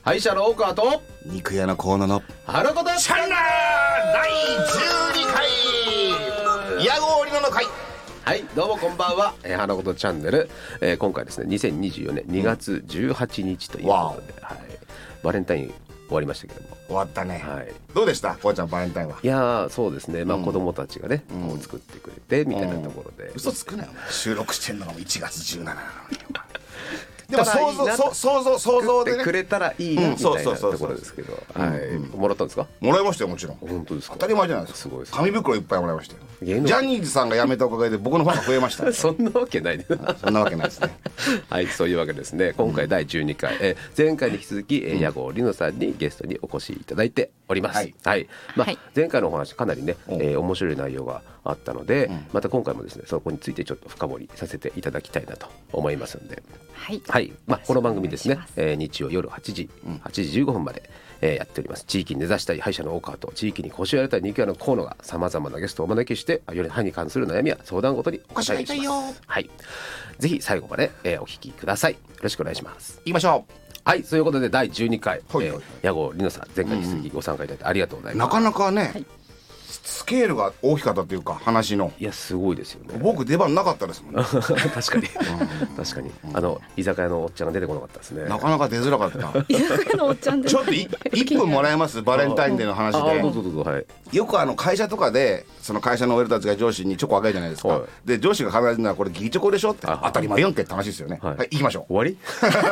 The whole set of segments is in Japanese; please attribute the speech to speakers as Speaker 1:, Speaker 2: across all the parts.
Speaker 1: 歯医者の大川と
Speaker 2: 肉屋のコーナーの
Speaker 1: 花子と
Speaker 2: チャンナー第12回屋号りの会。
Speaker 1: はい、どうもこんばんは、花子とチャンネル、今回ですね2024年2月18日ということで、はい、バレンタイン終わりましたけども
Speaker 2: 終わったね、
Speaker 1: はい、
Speaker 2: どうでしたこうちゃんバレンタインは。
Speaker 1: いやーそうですね、まあ、子供たちがね、こう作ってくれてみたいなところで、
Speaker 2: 嘘つくなよ収録してんのが1月17なのにでも想像でね
Speaker 1: くれたらいいなみたいなところですけど、もらったんですか。
Speaker 2: もらいましたよもちろん。
Speaker 1: 本当ですか。
Speaker 2: 当たり前じゃないですか。
Speaker 1: すごいです。
Speaker 2: 紙袋いっぱいもらいましたよ。ジ
Speaker 1: 芸能
Speaker 2: ャニーズさんが辞めたおかげで僕のファンが増えました
Speaker 1: そんなわけないね
Speaker 2: そんなわけないですね
Speaker 1: はい、そういうわけですね。今回第12回、前回に引き続き、屋号りのさんにゲストにお越しいただいております。はい、まあ、はい、前回のお話かなりね、面白い内容があったので、また今回もですねそこについてちょっと深掘りさせていただきたいなと思いますので、はい、まあ、この番組ですね、日曜夜8時15分まで、やっております。地域に根ざしたい歯医者の大川と地域に腰をやりたい肉屋の河野がさまざまなゲストをお招きしてより歯に関する悩みや相談ごとにお答えします。はい、ぜひ最後まで、お聞きください。よろしくお願いします。
Speaker 2: 行きましょう。
Speaker 1: はい、そういうことで第12回屋号りのさん前回に続きご参加いただいてありがとうございます。
Speaker 2: なかなかね、スケールが大きかったというか話の。
Speaker 1: いやすごいですよね。
Speaker 2: 僕出番なかったですもんね
Speaker 1: 確かに確かに、居酒屋のおっちゃんが出てこなかったですね。
Speaker 2: なかなか出づらかった
Speaker 3: 居酒屋のおっちゃんで
Speaker 2: ちょっと1分もらえますバレンタインデーの話で。
Speaker 1: どうぞどうぞ。はい、
Speaker 2: よく会社とかでその会社の俺たちが上司にチョコあげるじゃないですか、はい、で上司が必ずなこれギリチョコでしょって当たり前よんけって話ですよね。はい、行きましょう。
Speaker 1: 終わり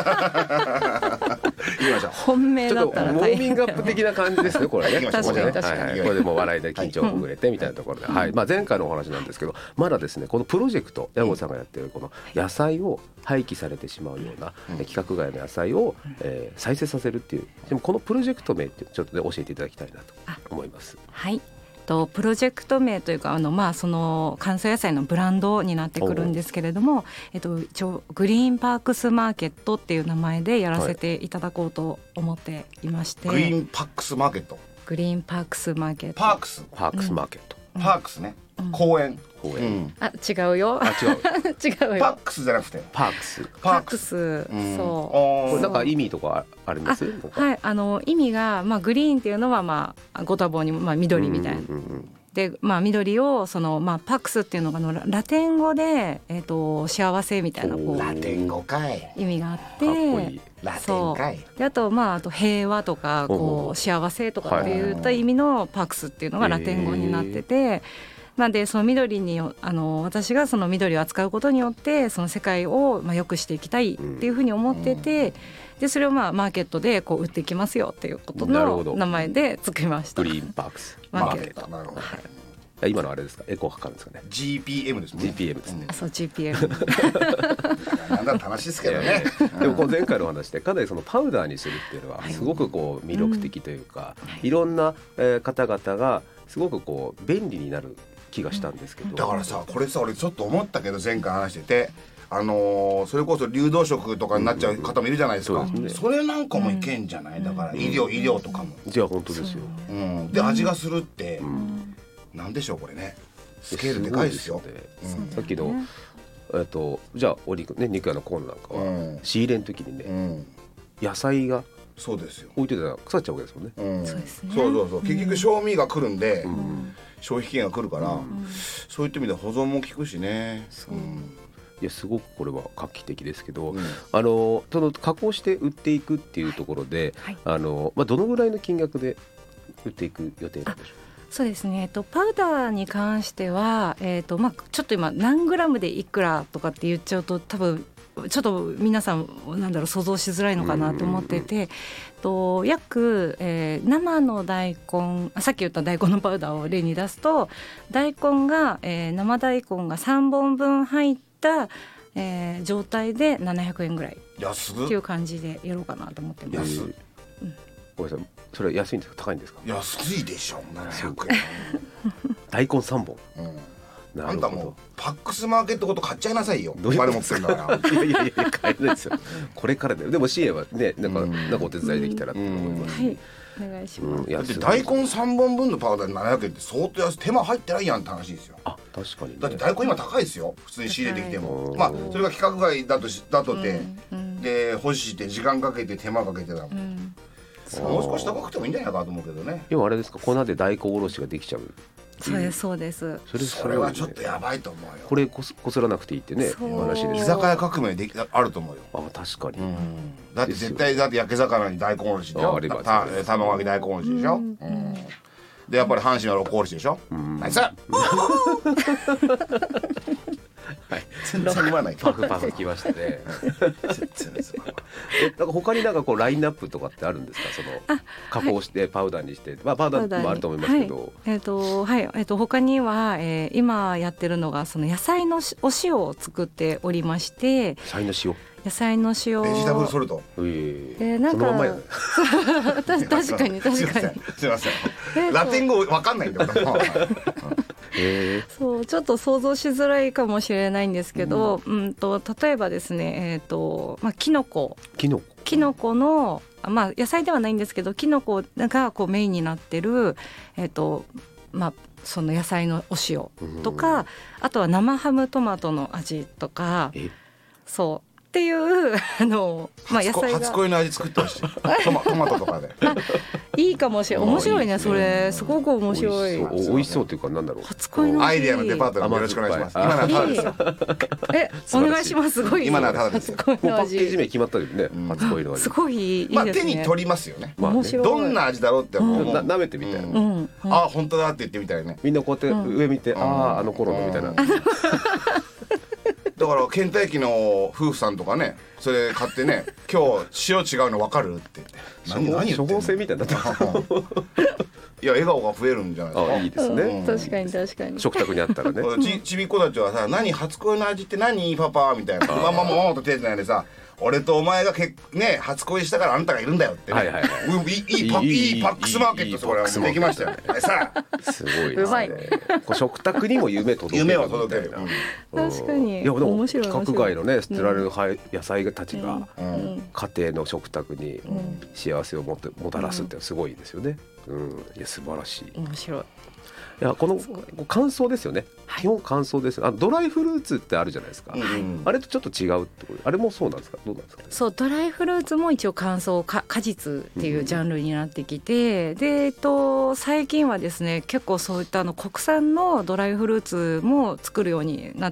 Speaker 2: 行きましょう。
Speaker 3: 本命だったら
Speaker 1: ちょっとウォーミングアップ的な感じですねこれね。
Speaker 3: 確かに確かに、
Speaker 1: これでもう笑いで緊張ほぐれてみたいなところで、はい、まあ、前回のお話なんですけどまだですねこのプロジェクト屋号さんがやってるこの野菜を廃棄されてしまうような、規格外の野菜を、再生させるっていう、でもこのプロジェクト名ってちょっとね教えていただきたいなと思います。
Speaker 3: はい、プロジェクト名というかその乾燥野菜のブランドになってくるんですけれども、一応グリーンパークスマーケットっていう名前でやらせていただこうと思っていまして、
Speaker 2: グリーンパックスマーケット。
Speaker 3: グリーンパークスマーケット。
Speaker 2: パークス
Speaker 1: マーケット、
Speaker 2: パークスね、公園、
Speaker 3: あ違うよ。
Speaker 1: 違う
Speaker 3: 違うよ。
Speaker 2: パックスじゃなくて
Speaker 1: パークス。
Speaker 3: そう
Speaker 1: これなんか意味とかあります？
Speaker 3: はい、意味が、まあ、グリーンっていうのは、ご多忙にも、緑みたいな、で、緑をパックスっていうのがラテン語で、幸せみたいな
Speaker 2: ラテン語かい
Speaker 3: 意味があって、
Speaker 1: かっこいい。
Speaker 2: ラテンかい
Speaker 3: であと平和とか幸せとかっていった意味のパックスっていうのがラテン語になってて、でその緑に私がその緑を扱うことによってその世界を良くしていきたいっていうふうに思ってて、でそれをマーケットで売っていきますよっていうことの名前で作りました。
Speaker 1: グリーンパークス
Speaker 3: マーケット。
Speaker 2: なるほど。
Speaker 1: 今のあれですか、エコーかかるんですかね。
Speaker 2: GPM ですね。
Speaker 1: GPM ですね。
Speaker 3: そう GPM
Speaker 2: なんだ楽しいですけどね
Speaker 1: でも前回の話でかなりそのパウダーにするっていうのはすごく魅力的というか、いろんな方々がすごく便利になる気がしたんですけど、
Speaker 2: だからさこれさ俺ちょっと思ったけど前回話しててそれこそ流動食とかになっちゃう方もいるじゃないですか。それなんかもいけんじゃない。だから医療とかも。
Speaker 1: じゃあ本当ですよ。
Speaker 2: で味がするってなんでしょうこれね。スケールでかいですよ。
Speaker 1: さっきのじゃあお肉ね、肉屋のコーンなんかは仕入れの時にね野菜が
Speaker 2: そうですよ
Speaker 1: 置いてたら腐っちゃうわけですもんね。
Speaker 3: そうですね。
Speaker 2: そう結局賞味が来るんで消費期限が来るからそういった意味で保存も効くしね。
Speaker 1: いやすごくこれは画期的ですけど、その加工して売っていくっていうところで、どのぐらいの金額で売っていく予定なんでしょう。
Speaker 3: そうですね、パウダーに関しては、ちょっと今何グラムでいくらとかって言っちゃうと多分ちょっと皆さん想像しづらいのかなと思ってて、約、生の大根、さっき言った大根のパウダーを例に出すと大根が、生大根が3本分入った、状態で700円ぐらいっていう感じでやろうかなと思ってます。
Speaker 1: ごめんなさい、それは安いんですか高いんですか。
Speaker 2: 安いでしょ700円
Speaker 1: 大根3本、
Speaker 2: あんたもうパックスマーケットごと買っちゃいなさいよ。お金持ってるんだから
Speaker 1: いや買えないですよこれからでも支援はねなんかお手伝いできたらと思います。
Speaker 3: はい、お願いします。
Speaker 2: だって大根3本分のパウダーで700円って相当安い。手間入ってないやんって話ですよ。
Speaker 1: 確かに、ね、
Speaker 2: だって大根今高いですよ普通に仕入れてきても。それが規格外だとて、で干して時間かけて手間かけてだもん、 もう少し高くてもいいんじゃないかと思うけどね。
Speaker 1: 要はあれですか、粉で大根おろしができちゃう。
Speaker 3: そうです。
Speaker 2: それはちょっとやばいと思うよ。
Speaker 1: これこすらなくていいってね話です。
Speaker 2: 居酒屋革命あると思うよ。
Speaker 1: 確かに。
Speaker 2: だって絶対焼け魚に大根おろしでしょ。卵焼き大根おろしでしょ。でやっぱり阪神は六甲おろしでしょ。ナイス。全然言わない。
Speaker 1: パフパフきましたね。なんか他になんかこうラインナップとかってあるんですか、その加工してパウダーにして、パウダーもあると思いますけど。
Speaker 3: 他には、今やってるのがその野菜のお塩を作っておりまして。野菜の塩。
Speaker 2: ベジタブルソルト。
Speaker 3: なんか確かに。す
Speaker 2: いません。ラテン語わかんないんだけど。
Speaker 3: そうちょっと想像しづらいかもしれないんですけど、例えばですね、キノコの、野菜ではないんですけどキノコがこうメインになってる、その野菜のお塩とか、あとは生ハムトマトの味とか、そうっていう野菜が
Speaker 2: 初恋の味作ってほしい。トマトとかで
Speaker 3: いいかもしれない。面白いねそれ。すごく面白い。
Speaker 1: 美味しそうというか、なんだろう、
Speaker 3: 初恋の味。
Speaker 2: アイディアのデパートでよろしくお願いします。今のはただですよ。
Speaker 3: お願いします。すごい。
Speaker 2: 今のはただですよ。
Speaker 1: パッケージ名決まったよね。初恋の味。
Speaker 3: すごいいいですね。
Speaker 2: 手に取りますよね。
Speaker 3: 面白い。
Speaker 2: どんな味だろうって
Speaker 1: 舐めてみたいな。
Speaker 2: 本当だって言ってみたいね。
Speaker 1: みんなこうやって上見て、あの頃のみたいな。
Speaker 2: だから倦怠期の夫婦さんとかね、それ買ってね、今日塩違うの分かるって
Speaker 1: 何言ってんの、処方箋みたいになって
Speaker 2: いや笑顔が増えるんじゃないですか。
Speaker 1: いいですね。
Speaker 3: 確かに。
Speaker 1: 食卓にあったらね。
Speaker 2: ちびっ子たちはさ、何初恋の味って何パパみたいな、ママもと手つないでさ、俺とお前がね初恋したからあんたがいるんだよってね。いいパックスマーケット、それはできましたよね。さあ
Speaker 1: すごいですね。食卓にも夢届けるみたいな。
Speaker 3: 確かに。
Speaker 1: いやでも規格外のね捨てられる野菜たちが家庭の食卓に幸せをもたらすってすごいですよね。いや素晴らしい。
Speaker 3: 面白い。
Speaker 1: いやこの乾燥ですよね。基本乾燥です。ドライフルーツってあるじゃないですか。あれとちょっと違うってこと。あれもそうなんですか。どうなんですか。
Speaker 3: そう、ドライフルーツも一応乾燥果実っていうジャンルになってきて、で最近はですね結構そういった国産のドライフルーツも作るようになって、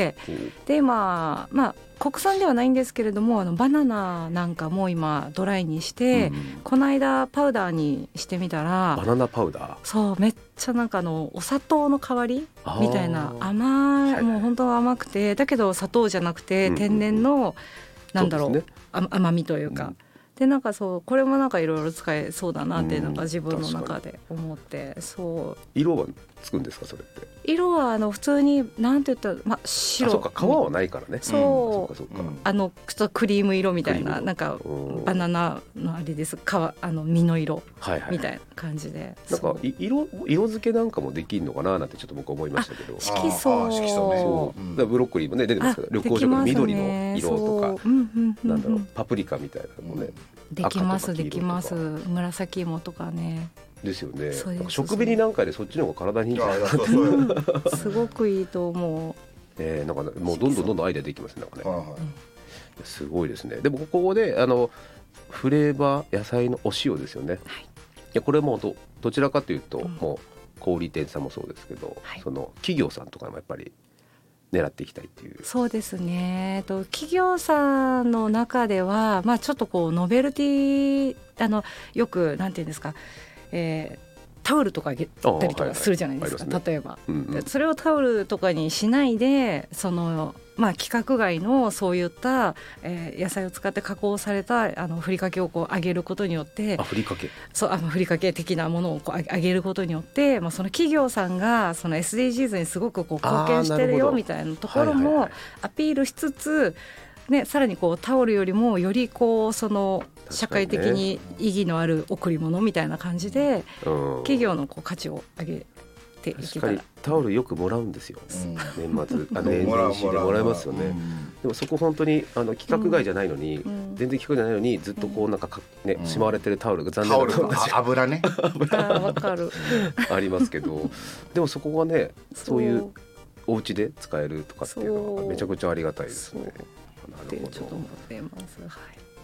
Speaker 3: で国産ではないんですけれどもバナナなんかも今ドライにして、この間パウダーにしてみたら、
Speaker 1: バナナパウダー、
Speaker 3: そうめっちゃなんかお砂糖の代わりみたいな、甘い、もう本当は甘くて、だけど砂糖じゃなくて天然の、なんだろう、甘みというか、でなんかそうこれもなんかいろいろ使えそうだなってなんか自分の中で思って、そう
Speaker 1: 色はつくんですかそれって。
Speaker 3: 色は普通になんて言ったら、白。
Speaker 1: そうか皮はないからね。
Speaker 3: そうちょっとクリーム色みたいな、なんかバナナのあれです、実の色みたいな感じで、
Speaker 1: なんか色付けなんかもできるのかななんてちょっと僕思いましたけど。
Speaker 3: 色素
Speaker 1: ね。ブロッコリーもね出てますけど、緑黄色の緑の色とか、なんだろうパプリカみたいなのもね
Speaker 3: できます紫芋とかね。
Speaker 1: ですよね。食紅なんかでそっちの方が体にいいんじゃないか
Speaker 3: な。すごくいいと思
Speaker 1: う。なんかもうどんどんアイデアできますね。なんかね。すごいですね。でもここでフレーバー野菜のお塩ですよね。いやこれもどちらかというともう小売店さんもそうですけど、その企業さんとかもやっぱり狙っていきたいっていう。
Speaker 3: そうですね。企業さんの中ではちょっとこうノベルティよくなんていうんですか。タオルとかあげたりとかするじゃないですか、例えば、それをタオルとかにしないで規格外のそういった、野菜を使って加工されたふりかけをこう揚げることによって、
Speaker 1: ふりか
Speaker 3: け的なものをこう揚げることによって、その企業さんがその SDGs にすごくこう貢献してるよみたいなところもアピールしつつ、さらにこうタオルよりもよりこうその社会的に意義のある贈り物みたいな感じで、企業のこう価値を上げていけたら。
Speaker 1: タオルよくもらうんですよ、年末年始でもらえますよね。でもそこ本当に規格外じゃないのに、全然規格じゃないのにずっとこうなんかねしまわれてるタオルが残念なのが
Speaker 2: 油ね
Speaker 3: わかる
Speaker 1: ありますけど、でもそこがねそういうお家で使えるとかっていうのはめちゃくちゃありがたいですね。
Speaker 3: ってちょっと思ってます。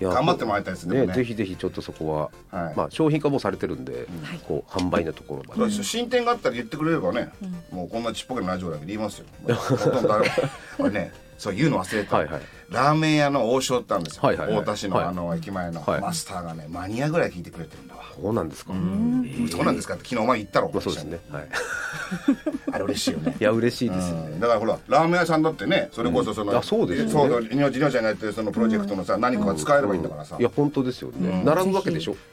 Speaker 2: 頑張ってもらいたいですね。
Speaker 1: ぜひぜひちょっとそこは、まあ商品化もされてるんで、こう販売のところまで
Speaker 2: 進展があったら言ってくれればね、もうこんなちっぽけなラジオだけで言いますよ。ほとんど誰もこれね、そう言うの忘れた。ラーメン屋の王将ってあるんですよ、太田市の駅前のマスターがね、マニアぐらい聞いてくれてるんだわ。
Speaker 1: そうなんですか。
Speaker 2: そうなんですかって昨日お前言ったろ。
Speaker 1: そうですね。
Speaker 2: あれ嬉しいよね。
Speaker 1: いや嬉しいですよね。
Speaker 2: だからほらラーメン屋さんだってね、それこそその
Speaker 1: そうです
Speaker 2: そう、りのちゃんがやってるそのプロジェクトのさ、何かが使えればいいんだからさ。
Speaker 1: いや本当ですよね。並ぶわけでしょ。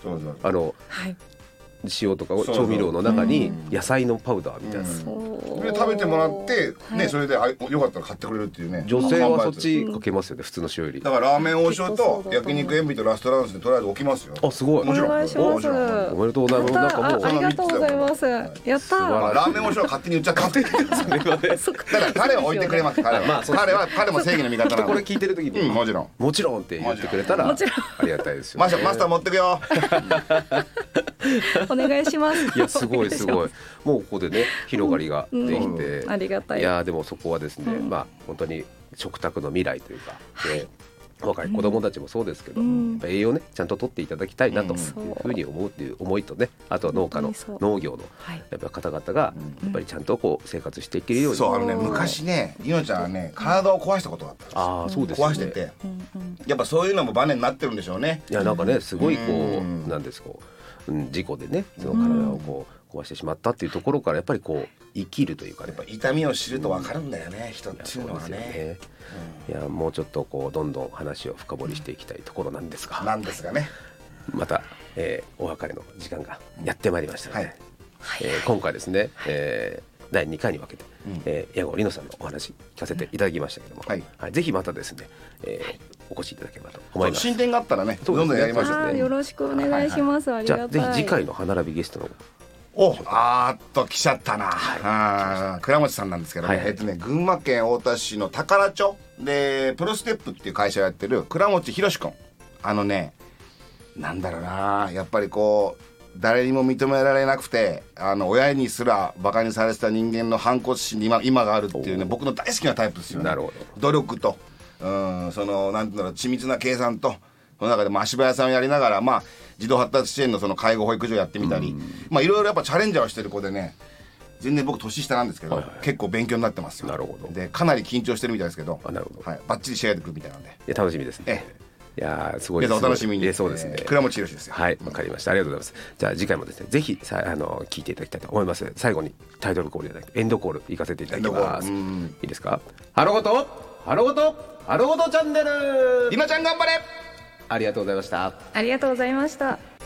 Speaker 1: 塩とか調味料の中に野菜のパウダーみたいな、
Speaker 2: で食べてもらってね、それでよかったら買ってくれるっていうね。
Speaker 1: 女性はそっちかけますよね、普通の塩より。
Speaker 2: だからラーメン王将と焼肉塩ビとラストランスでとりあえず置きますよ。
Speaker 1: あ、すごい。
Speaker 3: もちろんお願いします。
Speaker 1: おめでとうございます。なんかもう
Speaker 3: ありがとうございます。やったー。
Speaker 2: ラーメン王将は勝手に言っちゃった。だから彼は置いてくれます。彼も正義の味方なの。
Speaker 1: これ聞いてる時に
Speaker 2: もちろん
Speaker 1: もちろんって言ってくれたらありがたいですよ。
Speaker 2: マスター持ってくよ。
Speaker 3: お願いします。
Speaker 1: いやすごいすごい。もうここでね広がりができて、
Speaker 3: ありがたい。
Speaker 1: いやでもそこはですね、まあ本当に食卓の未来というか、若い子供たちもそうですけど、やっぱ栄養ねちゃんと取っていただきたいなというふうに思うっていう思いとね、あとは農家の農業のやっぱ方々がやっぱりちゃんとこう生活していけるように。
Speaker 2: そう昔ね、りのちゃんはね体を壊したことがあったんですよ。
Speaker 1: ああそうですね。
Speaker 2: 壊してて、やっぱそういうのもバネになってるんでしょうね。
Speaker 1: いやなんかねすごいこうなんですか、事故でねその体をこう壊してしまったっていうところからやっぱりこう生きるというかね、
Speaker 2: やっぱ痛みを知ると分かるんだよね、人っていうのはね。
Speaker 1: いやもうちょっとこうどんどん話を深掘りしていきたいところなんですが、
Speaker 2: ね、
Speaker 1: また、お別れの時間がやってまいりましたので、今回ですね、第2回に分けて、矢後りのさんのお話聞かせていただきましたけども、ぜひまたですね、お越しいただければと思います。
Speaker 2: 進展があったらねどんどんやりましょう。
Speaker 3: よろしくお願いします。ありがたい。
Speaker 1: じゃあぜひ次回の歯並びゲストの
Speaker 2: 来ちゃったな。倉持さんなんですけどね、群馬県太田市の宝町でプロステップっていう会社をやってる倉持博君。なんだろうな、やっぱりこう誰にも認められなくて親にすらバカにされてた人間の反骨心に今があるっていうね、僕の大好きなタイプですよね。
Speaker 1: なるほ
Speaker 2: ど。努力とそのなんていうんだろう、緻密な計算と、その中で足場屋さんをやりながら、児童発達支援のその介護保育所をやってみたり、いろいろやっぱチャレンジャーをしてる子でね、全然僕年下なんですけど、結構勉強になってますよ。
Speaker 1: なるほど。
Speaker 2: でかなり緊張してるみたいですけど、
Speaker 1: なるほど、
Speaker 2: バッチリ仕上げてくるみたいなんで、
Speaker 1: 楽しみですね。いやすごい
Speaker 2: です。お楽しみに。
Speaker 1: そうですね。
Speaker 2: 倉持博ですよ。
Speaker 1: はい、わかりました。ありがとうございます。じゃあ次回もですね、ぜひ聞いていただきたいと思います。最後にタイトルコールじゃなくてエンドコール行かせていただきます。いいですか？ハロゴトチャンネル。
Speaker 2: りのちゃん頑張れ。
Speaker 1: ありがとうございました。
Speaker 3: ありがとうございました。